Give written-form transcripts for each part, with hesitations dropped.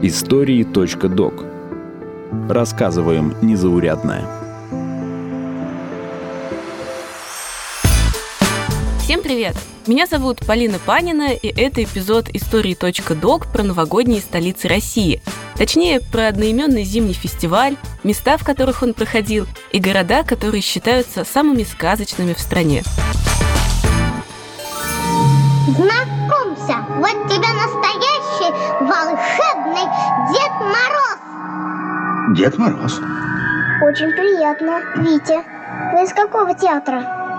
Истории.док. Рассказываем незаурядное. Всем привет! Меня зовут Полина Панина, и это эпизод Истории.док про новогодние столицы России. Точнее, про одноименный зимний фестиваль, места, в которых он проходил, и города, которые считаются самыми сказочными в стране. Знакомься, вот тебе настоящий волшебный Дед Мороз. Дед Мороз? Очень приятно, Витя. Вы из какого театра?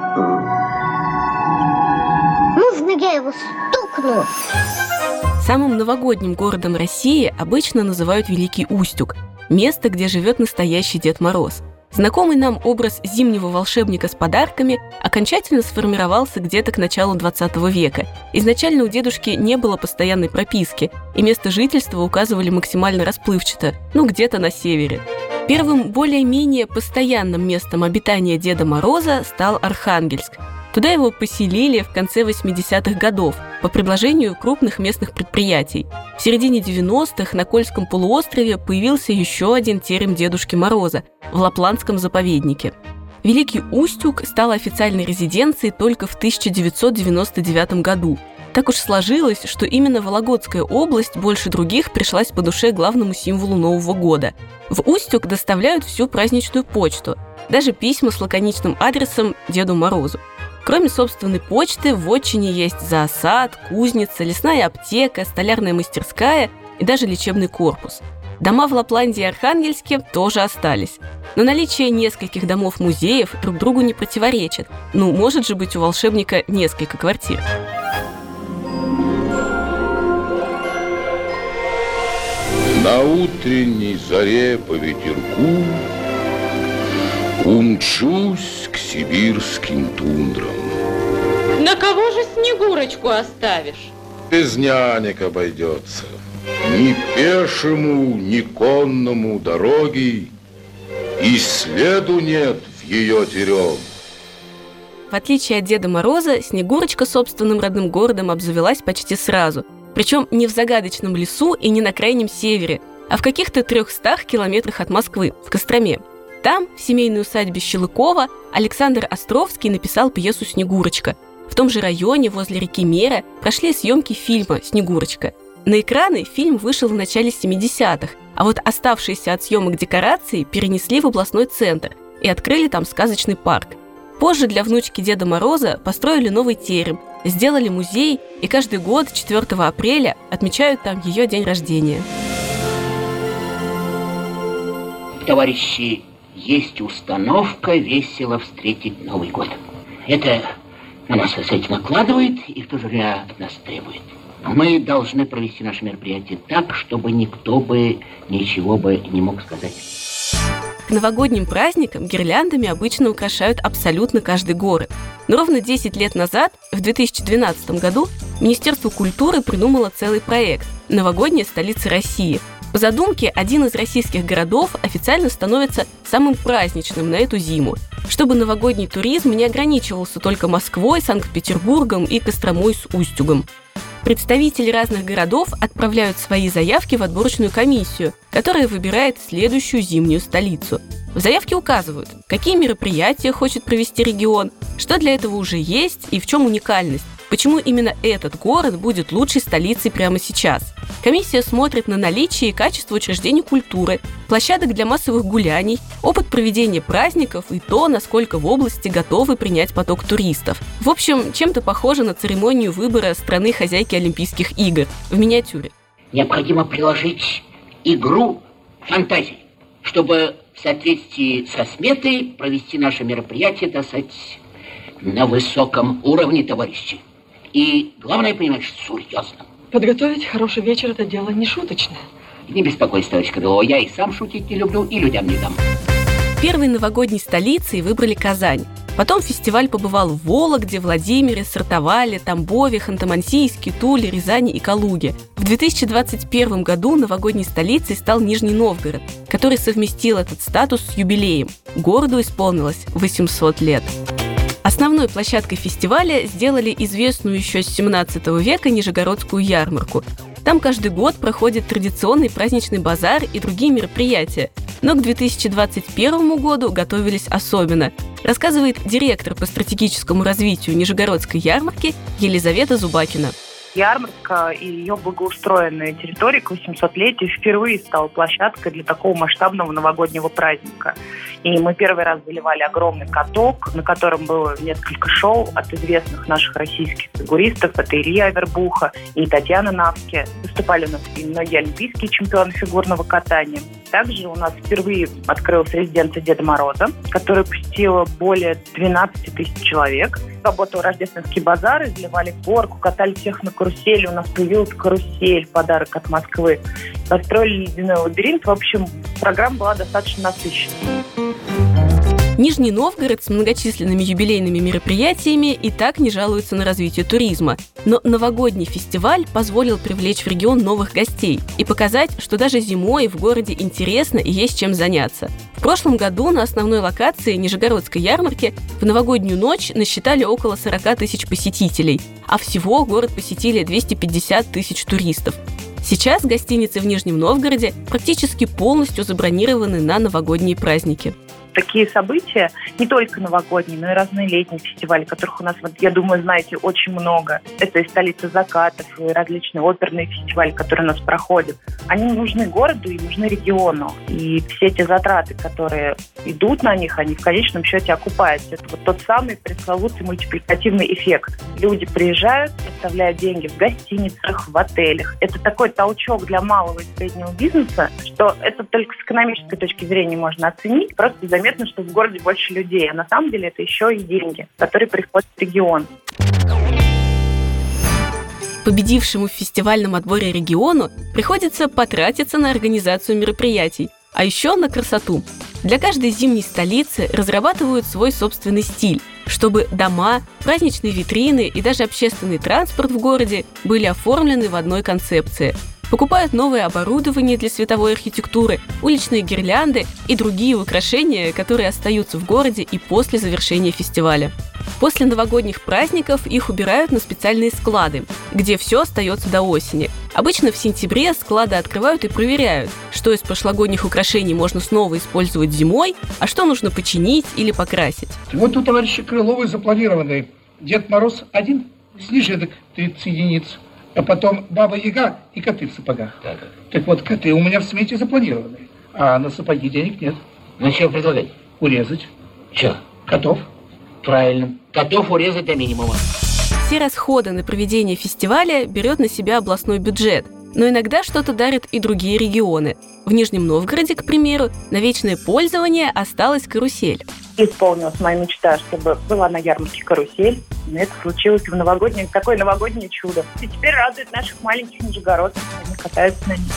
Можно я его стукну? Самым новогодним городом России обычно называют Великий Устюг, место, где живет настоящий Дед Мороз. Знакомый нам образ зимнего волшебника с подарками окончательно сформировался где-то к началу 20 века. Изначально у дедушки не было постоянной прописки, и место жительства указывали максимально расплывчато, где-то на севере. Первым более-менее постоянным местом обитания Деда Мороза стал Архангельск. Туда его поселили в конце 80-х годов по предложению крупных местных предприятий. В середине 90-х на Кольском полуострове появился еще один терем Дедушки Мороза в Лапландском заповеднике. Великий Устюг стал официальной резиденцией только в 1999 году. Так уж сложилось, что именно Вологодская область больше других пришлась по душе главному символу Нового года. В Устюг доставляют всю праздничную почту, даже письма с лаконичным адресом Деду Морозу. Кроме собственной почты, в вотчине есть зоосад, кузница, лесная аптека, столярная мастерская и даже лечебный корпус. Дома в Лапландии и Архангельске тоже остались. Но наличие нескольких домов-музеев друг другу не противоречит. Может же быть у волшебника несколько квартир. На утренней заре по ветерку умчусь к сибирским тундрам. На кого же Снегурочку оставишь? Без нянек обойдется. Ни пешему, ни конному дороги, и следу нет в ее терем. В отличие от Деда Мороза, Снегурочка собственным родным городом обзавелась почти сразу. Причем не в загадочном лесу и не на крайнем севере, а в каких-то 300 километрах от Москвы, в Костроме. Там, в семейной усадьбе Щелыкова, Александр Островский написал пьесу «Снегурочка». В том же районе, возле реки Мера, прошли съемки фильма «Снегурочка». На экраны фильм вышел в начале 70-х, а вот оставшиеся от съемок декорации перенесли в областной центр и открыли там сказочный парк. Позже для внучки Деда Мороза построили новый терем, сделали музей, и каждый год 4 апреля отмечают там ее день рождения. Товарищи, есть установка весело встретить Новый год. Это на нас с этим накладывает и в то же время от нас требует. Мы должны провести наше мероприятие так, чтобы никто бы ничего бы не мог сказать. К новогодним праздникам гирляндами обычно украшают абсолютно каждый город. Но ровно 10 лет назад, в 2012 году, Министерство культуры придумало целый проект «Новогодняя столица России». По задумке, один из российских городов официально становится самым праздничным на эту зиму, чтобы новогодний туризм не ограничивался только Москвой, Санкт-Петербургом и Костромой с Устюгом. Представители разных городов отправляют свои заявки в отборочную комиссию, которая выбирает следующую зимнюю столицу. В заявке указывают, какие мероприятия хочет провести регион, что для этого уже есть и в чем уникальность, почему именно этот город будет лучшей столицей прямо сейчас. Комиссия смотрит на наличие и качество учреждений культуры, площадок для массовых гуляний, опыт проведения праздников и то, насколько в области готовы принять поток туристов. В общем, чем-то похоже на церемонию выбора страны-хозяйки Олимпийских игр в миниатюре. Необходимо приложить игру фантазии, чтобы в соответствии со сметой провести наше мероприятие, так сказать, на высоком уровне, товарищи. И главное понимать, что серьезно. Подготовить хороший вечер – это дело не шуточное. Не беспокойся, товарищ Крылова, я и сам шутить не люблю, и людям не дам. Первой новогодней столицей выбрали Казань. Потом фестиваль побывал в Вологде, Владимире, Сартовале, Тамбове, Ханты-Мансийске, Туле, Рязани и Калуге. В 2021 году новогодней столицей стал Нижний Новгород, который совместил этот статус с юбилеем. Городу исполнилось 800 лет. Основной площадкой фестиваля сделали известную еще с 17 века Нижегородскую ярмарку. Там каждый год проходит традиционный праздничный базар и другие мероприятия. Но к 2021 году готовились особенно, рассказывает директор по стратегическому развитию Нижегородской ярмарки Елизавета Зубакина. Ярмарка и ее благоустроенная территория к 800-летию впервые стала площадкой для такого масштабного новогоднего праздника. И мы первый раз заливали огромный каток, на котором было несколько шоу от известных наших российских фигуристов. Это Илья Авербуха и Татьяна Навски. Выступали у нас и многие олимпийские чемпионы фигурного катания. Также у нас впервые открылась резиденция Деда Мороза, которая посетила более 12 тысяч человек. Работал рождественский базар, изливали горку, катали всех на карусели. У нас появилась карусель, подарок от Москвы. Построили ледяной лабиринт. В общем, программа была достаточно насыщенной. Нижний Новгород с многочисленными юбилейными мероприятиями и так не жалуется на развитие туризма. Но новогодний фестиваль позволил привлечь в регион новых гостей и показать, что даже зимой в городе интересно и есть чем заняться. В прошлом году на основной локации Нижегородской ярмарки в новогоднюю ночь насчитали около 40 тысяч посетителей, а всего город посетили 250 тысяч туристов. Сейчас гостиницы в Нижнем Новгороде практически полностью забронированы на новогодние праздники. Такие события, не только новогодние, но и разные летние фестивали, которых у нас, я думаю, знаете, очень много. Это и столица закатов, и различные оперные фестивали, которые у нас проходят. Они нужны городу и нужны региону. И все эти затраты, которые идут на них, они в конечном счете окупаются. Это вот тот самый пресловутый мультипликативный эффект. Люди приезжают, оставляют деньги в гостиницах, в отелях. Это такой толчок для малого и среднего бизнеса, что это только с экономической точки зрения можно оценить. Просто заметно, что в городе больше людей. А на самом деле это еще и деньги, которые приходят в регион. Победившему в фестивальном отборе региону приходится потратиться на организацию мероприятий, а еще на красоту. Для каждой зимней столицы разрабатывают свой собственный стиль, чтобы дома, праздничные витрины и даже общественный транспорт в городе были оформлены в одной концепции. Покупают новое оборудование для световой архитектуры, уличные гирлянды и другие украшения, которые остаются в городе и после завершения фестиваля. После новогодних праздников их убирают на специальные склады, где все остается до осени. Обычно в сентябре склады открывают и проверяют, что из прошлогодних украшений можно снова использовать зимой, а что нужно починить или покрасить. Вот у товарища Крыловой запланированы Дед Мороз 1, снежинок 30 единиц. А потом Баба-Яга и коты в сапогах. Так вот, коты у меня в смете запланированы, а на сапоги денег нет. Ну, что предлагать? Урезать. Че? Котов. Правильно. Котов урезать до минимума. Все расходы на проведение фестиваля берет на себя областной бюджет, но иногда что-то дарят и другие регионы. В Нижнем Новгороде, к примеру, на вечное пользование осталась карусель. Исполнилась моя мечта, чтобы была на ярмарке карусель. Но это случилось в новогоднее, такое новогоднее чудо. И теперь радует наших маленьких нижегородцев, они катаются на них.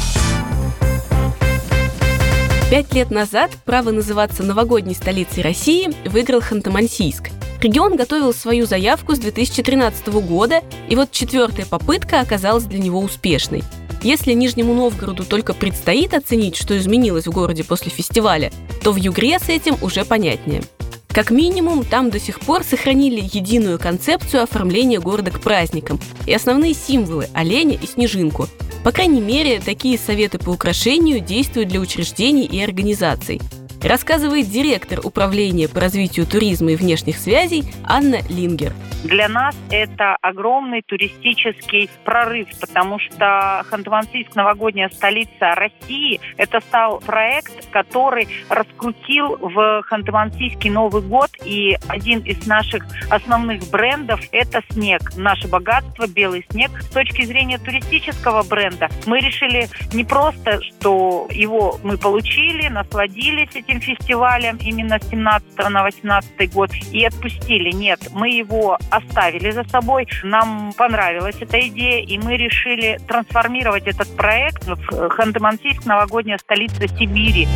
5 лет назад право называться новогодней столицей России выиграл Ханты-Мансийск. Регион готовил свою заявку с 2013 года, и вот 4-я попытка оказалась для него успешной. Если Нижнему Новгороду только предстоит оценить, что изменилось в городе после фестиваля, то в Югре с этим уже понятнее. Как минимум, там до сих пор сохранили единую концепцию оформления города к праздникам и основные символы – оленя и снежинку. По крайней мере, такие советы по украшению действуют для учреждений и организаций. Рассказывает директор управления по развитию туризма и внешних связей Анна Лингер. Для нас это огромный туристический прорыв, потому что Ханты-Мансийск, новогодняя столица России, это стал проект, который раскрутил в Ханты-Мансийский Новый год. И один из наших основных брендов – это снег. Наше богатство – белый снег. С точки зрения туристического бренда мы решили не просто, что его мы получили, насладились этим фестивалем именно с 17 на 18 год и отпустили. Нет, мы его оставили за собой. Нам понравилась эта идея, и мы решили трансформировать этот проект в Ханты-Мансийск, новогодняя столица Сибири.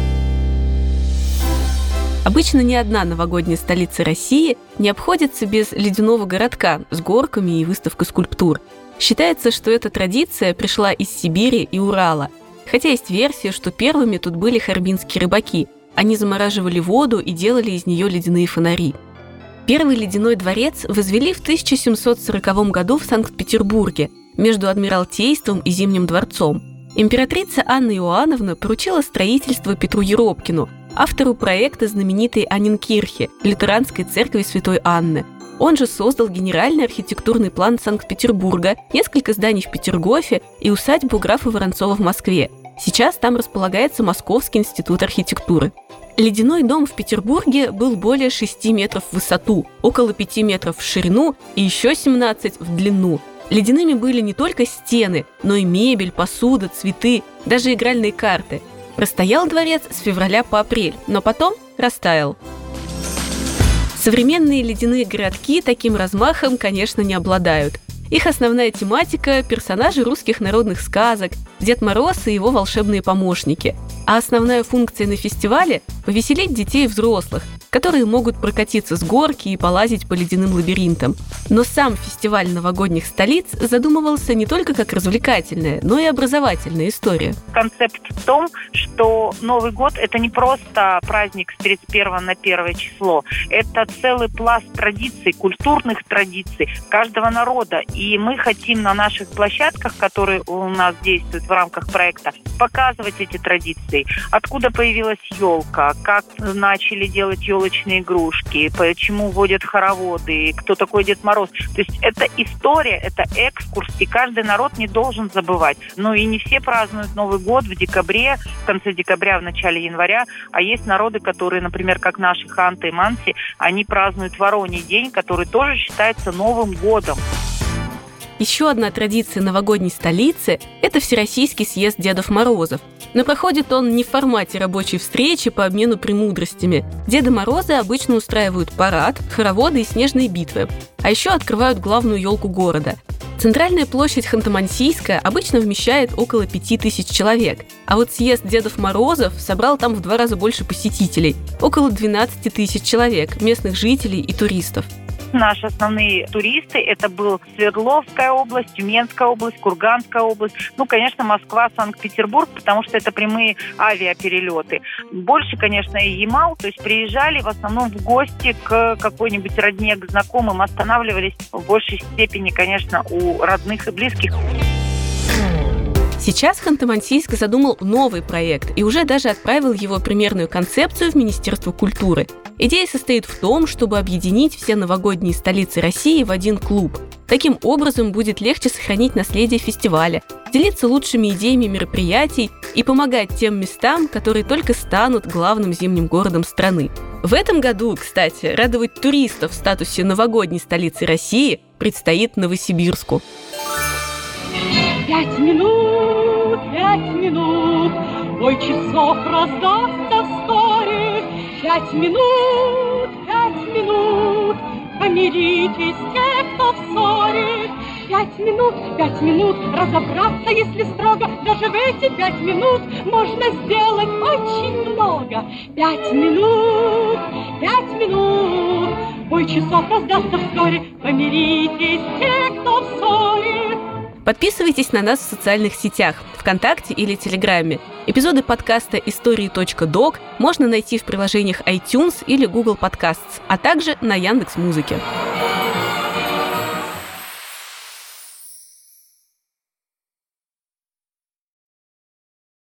Обычно ни одна новогодняя столица России не обходится без ледяного городка с горками и выставкой скульптур. Считается, что эта традиция пришла из Сибири и Урала. Хотя есть версия, что первыми тут были харбинские рыбаки. Они замораживали воду и делали из нее ледяные фонари. Первый ледяной дворец возвели в 1740 году в Санкт-Петербурге между Адмиралтейством и Зимним дворцом. Императрица Анна Иоанновна поручила строительство Петру Еропкину, автору проекта знаменитой Анненкирхе, лютеранской церкви Святой Анны. Он же создал генеральный архитектурный план Санкт-Петербурга, несколько зданий в Петергофе и усадьбу графа Воронцова в Москве. Сейчас там располагается Московский институт архитектуры. Ледяной дом в Петербурге был более 6 метров в высоту, около 5 метров в ширину и еще 17 в длину. Ледяными были не только стены, но и мебель, посуда, цветы, даже игральные карты. Простоял дворец с февраля по апрель, но потом растаял. Современные ледяные городки таким размахом, конечно, не обладают. Их основная тематика – персонажи русских народных сказок, Дед Мороз и его волшебные помощники. А основная функция на фестивале – повеселить детей и взрослых, которые могут прокатиться с горки и полазить по ледяным лабиринтам. Но сам фестиваль новогодних столиц задумывался не только как развлекательная, но и образовательная история. Концепт в том, что Новый год – это не просто праздник с 31 на 1 число. Это целый пласт традиций, культурных традиций каждого народа. И мы хотим на наших площадках, которые у нас действуют в рамках проекта, показывать эти традиции. Откуда появилась елка, как начали делать елочные игрушки, почему водят хороводы, кто такой Дед Мороз. То есть это история, это экскурс, и каждый народ не должен забывать. Ну и не все празднуют Новый год в декабре, в конце декабря, в начале января, а есть народы, которые, например, как наши ханты и манси, они празднуют Вороний день, который тоже считается Новым годом. Еще одна традиция новогодней столицы – это Всероссийский съезд Дедов Морозов. Но проходит он не в формате рабочей встречи по обмену премудростями. Деда Мороза обычно устраивают парад, хороводы и снежные битвы. А еще открывают главную елку города. Центральная площадь Ханты-Мансийска обычно вмещает около 5000 человек. А вот съезд Дедов Морозов собрал там в 2 раза больше посетителей – около 12 тысяч человек, местных жителей и туристов. Наши основные туристы – это был Свердловская область, Тюменская область, Курганская область. Ну, конечно, Москва, Санкт-Петербург, потому что это прямые авиаперелеты. Больше, конечно, и Ямал, то есть приезжали в основном в гости к какой-нибудь родне, к знакомым, останавливались в большей степени, конечно, у родных и близких. Сейчас Ханты-Мансийск задумал новый проект и уже даже отправил его примерную концепцию в Министерство культуры. Идея состоит в том, чтобы объединить все новогодние столицы России в один клуб. Таким образом будет легче сохранить наследие фестиваля, делиться лучшими идеями мероприятий и помогать тем местам, которые только станут главным зимним городом страны. В этом году, кстати, радовать туристов в статусе новогодней столицы России предстоит Новосибирску. 5 минут, 5 минут, бой часов раздастся вскоре. 5 минут, 5 минут, помиритесь те, кто в ссоре. 5 минут, разобраться, если строго, даже в эти 5 минут можно сделать очень много. 5 минут, бой часов раздастся вскоре, помиритесь те, кто в ссоре. Подписывайтесь на нас в социальных сетях, ВКонтакте или Телеграме. Эпизоды подкаста «Истории.док» можно найти в приложениях iTunes или Google Podcasts, а также на Яндекс.Музыке.